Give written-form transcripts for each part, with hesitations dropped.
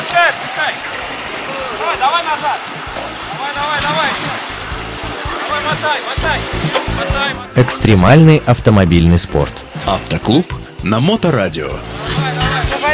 Отпускай. Давай назад. Давай. Мотай. Экстремальный автомобильный спорт. Автоклуб на Моторадио. Давай.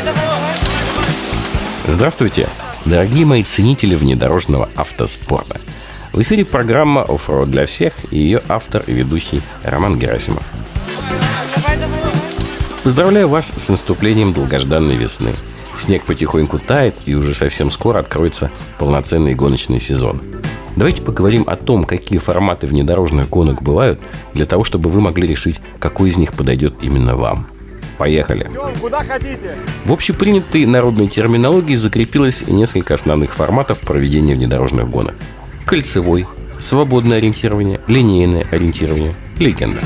Здравствуйте, дорогие мои ценители внедорожного автоспорта. В эфире программа «Оффроуд для всех» и ее автор и ведущий Роман Герасимов. Давай. Поздравляю вас с наступлением долгожданной весны. Снег потихоньку тает, и уже совсем скоро откроется полноценный гоночный сезон. Давайте поговорим о том, какие форматы внедорожных гонок бывают, для того, чтобы вы могли решить, какой из них подойдет именно вам. Поехали! Куда хотите? В общепринятой народной терминологии закрепилось несколько основных форматов проведения внедорожных гонок. Кольцевой, свободное ориентирование, линейное ориентирование, легенда.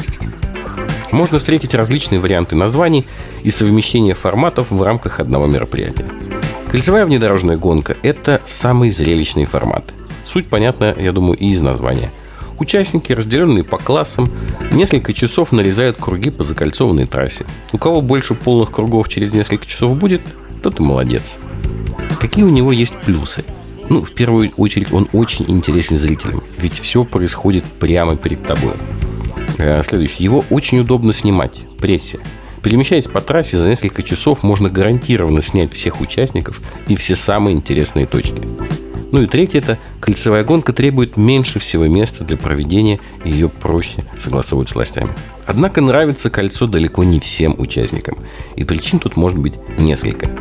Можно встретить различные варианты названий и совмещения форматов в рамках одного мероприятия. Кольцевая внедорожная гонка – это самый зрелищный формат. Суть понятна, я думаю, и из названия. Участники, разделенные по классам, несколько часов нарезают круги по закольцованной трассе. У кого больше полных кругов через несколько часов будет, тот и молодец. Какие у него есть плюсы? В первую очередь, он очень интересен зрителям, ведь все происходит прямо перед тобой. Следующее. Его очень удобно снимать, прессе. Перемещаясь по трассе, за несколько часов можно гарантированно снять всех участников и все самые интересные точки. И третье – это кольцевая гонка требует меньше всего места для проведения, и ее проще согласовывать с властями. Однако нравится кольцо далеко не всем участникам, и причин тут может быть несколько.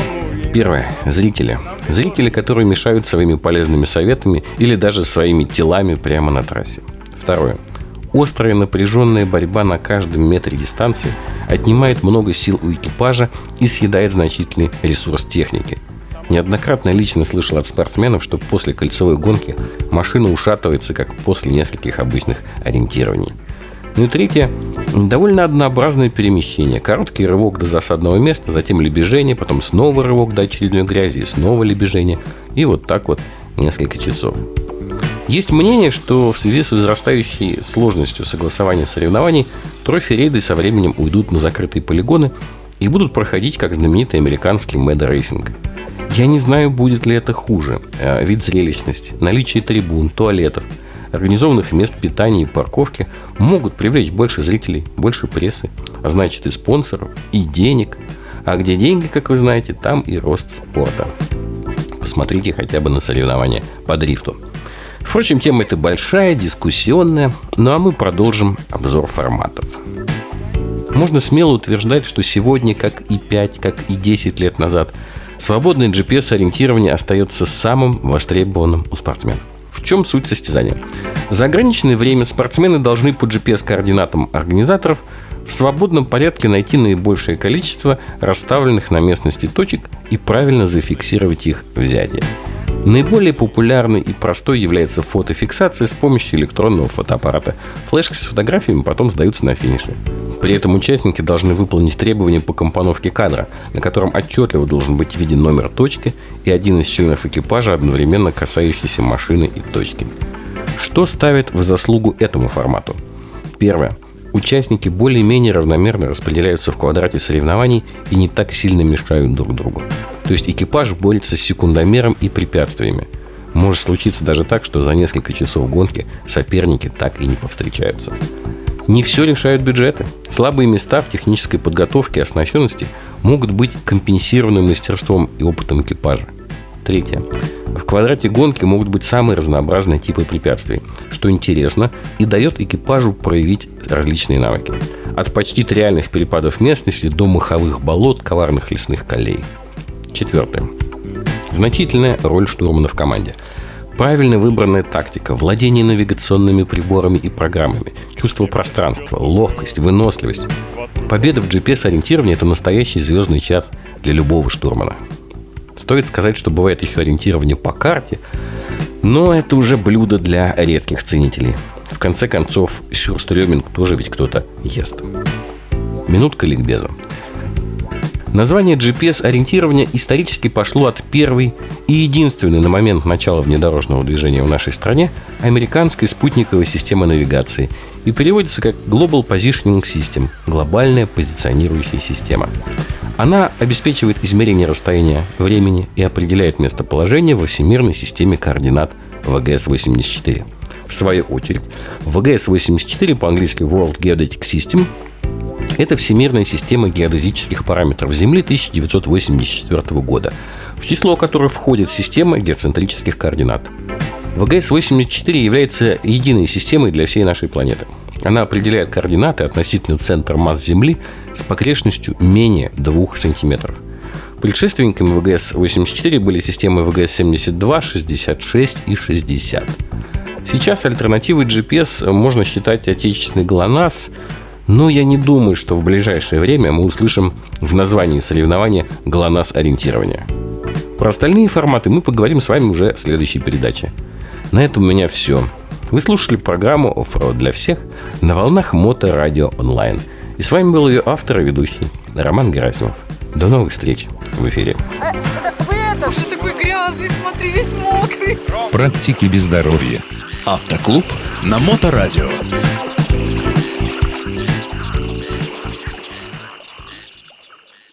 Первое – зрители. Зрители, которые мешают своими полезными советами или даже своими телами прямо на трассе. Второе. Острая напряженная борьба на каждом метре дистанции отнимает много сил у экипажа и съедает значительный ресурс техники. Неоднократно лично слышал от спортсменов, что после кольцевой гонки машина ушатывается, как после нескольких обычных ориентирований. И третье – довольно однообразное перемещение. Короткий рывок до засадного места, затем лебежение, потом снова рывок до очередной грязи, снова лебежение. И вот так вот несколько часов. Есть мнение, что в связи с возрастающей сложностью согласования соревнований трофи-рейды со временем уйдут на закрытые полигоны и будут проходить как знаменитый американский мэд-рейсинг. Я не знаю, будет ли это хуже. Вид зрелищности, наличие трибун, туалетов, организованных мест питания и парковки могут привлечь больше зрителей, больше прессы, а значит и спонсоров, и денег. А где деньги, как вы знаете, там и рост спорта. Посмотрите хотя бы на соревнования по дрифту. Впрочем, тема эта большая, дискуссионная, а мы продолжим обзор форматов. Можно смело утверждать, что сегодня, как и 5, как и 10 лет назад, свободное GPS-ориентирование остается самым востребованным у спортсменов. В чем суть состязания? За ограниченное время спортсмены должны по GPS-координатам организаторов в свободном порядке найти наибольшее количество расставленных на местности точек и правильно зафиксировать их взятие. Наиболее популярной и простой является фотофиксация с помощью электронного фотоаппарата. Флешки с фотографиями потом сдаются на финише. При этом участники должны выполнить требования по компоновке кадра, на котором отчетливо должен быть виден номер точки и один из членов экипажа, одновременно касающийся машины и точки. Что ставит в заслугу этому формату? Первое. Участники более-менее равномерно распределяются в квадрате соревнований и не так сильно мешают друг другу. То есть экипаж борется с секундомером и препятствиями. Может случиться даже так, что за несколько часов гонки соперники так и не повстречаются. Не все решают бюджеты. Слабые места в технической подготовке и оснащенности могут быть компенсированы мастерством и опытом экипажа. Третье. В квадрате гонки могут быть самые разнообразные типы препятствий, что интересно и дает экипажу проявить различные навыки. От почти реальных перепадов местности до маховых болот, коварных лесных колей. Четвертое. Значительная роль штурмана в команде. Правильно выбранная тактика, владение навигационными приборами и программами, чувство пространства, ловкость, выносливость. Победа в GPS-ориентировании – это настоящий звездный час для любого штурмана. Стоит сказать, что бывает еще ориентирование по карте, но это уже блюдо для редких ценителей. В конце концов, сюрстрёминг тоже ведь кто-то ест. Минутка ликбеза. Название GPS-ориентирования исторически пошло от первой и единственной на момент начала внедорожного движения в нашей стране американской спутниковой системы навигации и переводится как Global Positioning System – глобальная позиционирующая система. Она обеспечивает измерение расстояния, времени и определяет местоположение во всемирной системе координат ВГС-84. В свою очередь, ВГС-84, по-английски World Geodetic System, это всемирная система геодезических параметров Земли 1984 года, в число которой входит система геоцентрических координат. ВГС-84 является единой системой для всей нашей планеты. Она определяет координаты относительно центра масс Земли с погрешностью менее 2 см. Предшественниками ВГС-84 были системы ВГС-72, 66 и 60. Сейчас альтернативой GPS можно считать отечественный ГЛОНАСС, но я не думаю, что в ближайшее время мы услышим в названии соревнования ГЛОНАСС-ориентирование. Про остальные форматы мы поговорим с вами уже в следующей передаче. На этом у меня все. Вы слушали программу «Оффроуд для всех» на волнах Моторадио онлайн. И с вами был ее автор и ведущий Роман Герасимов. До новых встреч в эфире. Что такой грязный, смотри, весь мокрый. Практики без здоровья. Автоклуб на Моторадио.